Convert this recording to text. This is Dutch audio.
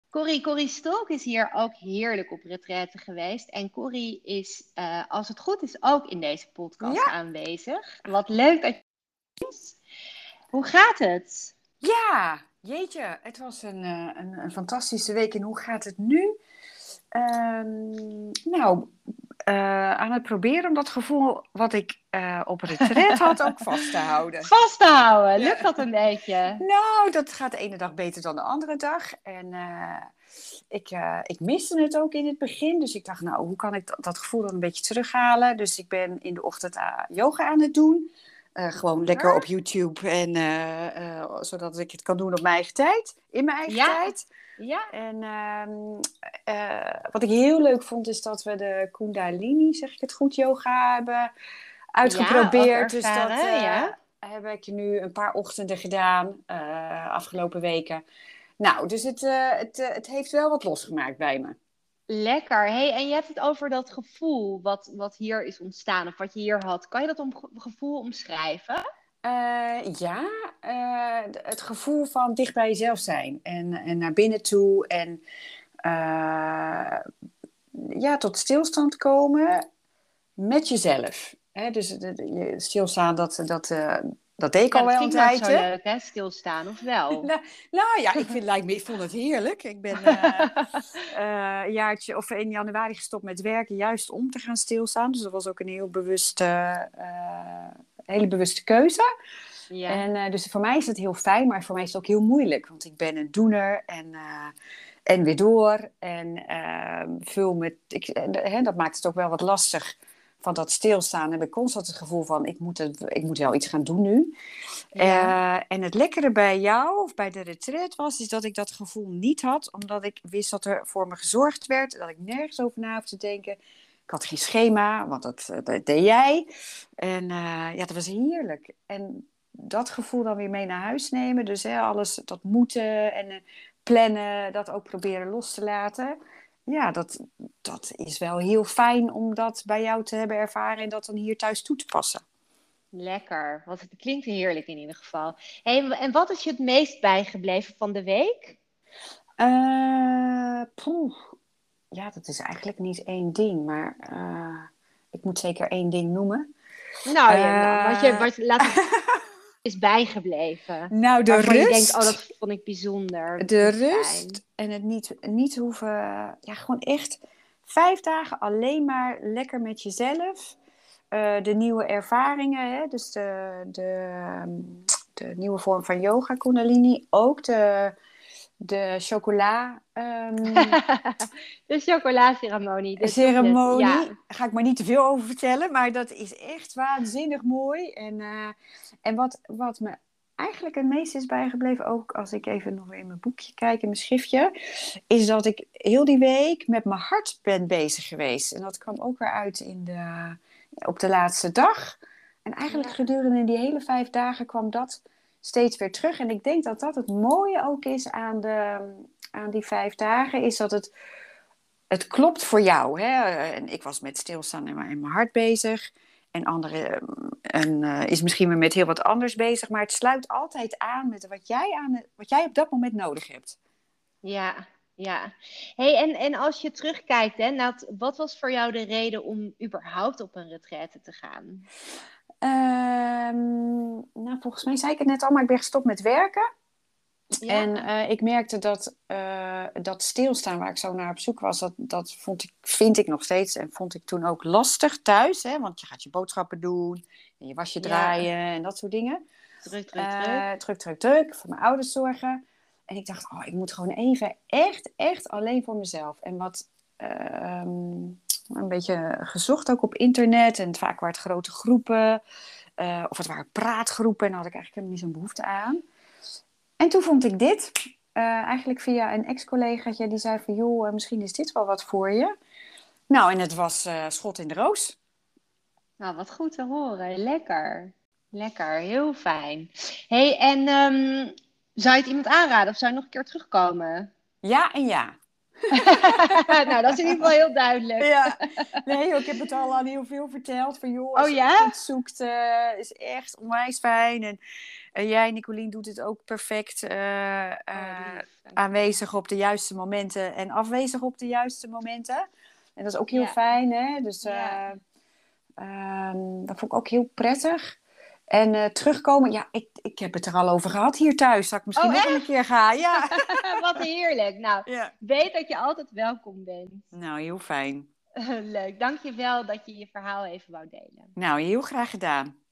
Corrie Stolk is hier ook heerlijk op retraite geweest. En Corrie is, als het goed is, ook in deze podcast Ja, aanwezig. Wat leuk dat je... Hoe gaat het? ja, jeetje, het was een fantastische week. En hoe gaat het nu? Nou, aan het proberen om dat gevoel wat ik op retreat had ook vast te houden. Vast te houden, lukt Ja. dat een beetje? Nou, dat gaat de ene dag beter dan de andere dag. En ik miste het ook in het begin. Dus ik dacht, nou, hoe kan ik dat gevoel dan een beetje terughalen? Dus ik ben in de ochtend yoga aan het doen. Gewoon lekker op YouTube. En, zodat ik het kan doen op mijn eigen tijd. In mijn eigen tijd. Ja. En wat ik heel leuk vond, is dat we de Kundalini, zeg ik het goed, yoga hebben uitgeprobeerd. Ja, dus dat ja. heb ik nu een paar ochtenden gedaan, afgelopen weken. Nou, dus het heeft wel wat losgemaakt bij me. Lekker. Hey, en je hebt het over dat gevoel wat hier is ontstaan, of wat je hier had. Kan je dat gevoel omschrijven? Ja, het gevoel van dicht bij jezelf zijn en naar binnen toe en ja, tot stilstand komen met jezelf. Hè? Dus stilstaan, dat deed ik al wel een tijdje. Dat klinkt zo leuk, hè? Stilstaan, of wel? Nou ja, ik vond het heerlijk. Ik ben een jaartje of in januari gestopt met werken, juist om te gaan stilstaan. Dus dat was ook een heel hele bewuste keuze. Ja. En dus voor mij is het heel fijn, maar voor mij is het ook heel moeilijk. Want ik ben een doener en weer door. En vul met... dat maakt het ook wel wat lastig. Van dat stilstaan heb ik constant het gevoel van... ik moet wel iets gaan doen nu. Ja. En het lekkere bij jou, of bij de retreat was... is dat ik dat gevoel niet had. Omdat ik wist dat er voor me gezorgd werd. Dat ik nergens over na hoefde te denken. Ik had geen schema, want dat deed jij. En ja, dat was heerlijk. En dat gevoel dan weer mee naar huis nemen. Dus alles, dat moeten en plannen, dat ook proberen los te laten. Ja, dat is wel heel fijn om dat bij jou te hebben ervaren en dat dan hier thuis toe te passen. Lekker. Het klinkt heerlijk in ieder geval. Hey, en wat is je het meest bijgebleven van de week? Ja, dat is eigenlijk niet één ding, maar ik moet zeker één ding noemen. Nou, wat is bijgebleven? Nou, de waarvan rust. Je denkt, dat vond ik bijzonder. De rust en het niet hoeven... Ja, gewoon echt 5 dagen alleen maar lekker met jezelf. De nieuwe ervaringen, hè? Dus de nieuwe vorm van yoga, Kundalini. Ook de chocola... de chocolaceremonie. Ceremonie. Ja. Daar ga ik maar niet te veel over vertellen. Maar dat is echt waanzinnig mooi. En wat me eigenlijk het meest is bijgebleven, ook als ik even nog weer in mijn boekje kijk, in mijn schriftje, is dat ik heel die week met mijn hart ben bezig geweest. En dat kwam ook weer uit op de laatste dag. En eigenlijk gedurende die hele 5 dagen kwam dat steeds weer terug. En ik denk dat dat het mooie ook is aan die 5 dagen, is dat het klopt voor jou. Hè? En ik was met stilstaan in mijn hart bezig. En anderen is misschien weer met heel wat anders bezig. Maar het sluit altijd aan met wat jij op dat moment nodig hebt. Ja. Hey, en als je terugkijkt, hè, wat was voor jou de reden om überhaupt op een retraite te gaan? Nou, volgens mij zei ik het net al, maar ik ben gestopt met werken. Ja. En ik merkte dat stilstaan waar ik zo naar op zoek was, vind ik nog steeds en vond ik toen ook lastig thuis. Hè? Want je gaat je boodschappen doen en je wasje draaien en dat soort dingen. Druk. Voor mijn ouders zorgen. En ik dacht, ik moet gewoon even echt alleen voor mezelf. En wat een beetje gezocht ook op internet. En vaak waren het grote groepen. Of het waren praatgroepen. En daar had ik eigenlijk helemaal niet zo'n behoefte aan. En toen vond ik dit, eigenlijk via een ex-collegaatje, die zei van, joh, misschien is dit wel wat voor je. Nou, en het was schot in de roos. Nou, wat goed te horen. Lekker, heel fijn. Hey, en zou je het iemand aanraden of zou je nog een keer terugkomen? Ja en ja. Nou, dat is in ieder geval heel duidelijk. Ja, nee, ik heb het al aan heel veel verteld. Van joh, Oh als je ja? iets zoekt, is echt onwijs fijn. En jij, Nicolien, doet het ook perfect. Oh, wat lief. Dank je wel. Aanwezig op de juiste momenten en afwezig op de juiste momenten. En dat is ook heel Ja, fijn, hè? Dus ja. dat vond ik ook heel prettig. En terugkomen, ja, ik heb het er al over gehad hier thuis. Dat ik misschien Oh, nog een echt? keer ga. Ja. Wat heerlijk. Nou, Ja. weet dat je altijd welkom bent. Nou, heel fijn. Leuk. Dank je wel dat je je verhaal even wou delen. Nou, heel graag gedaan.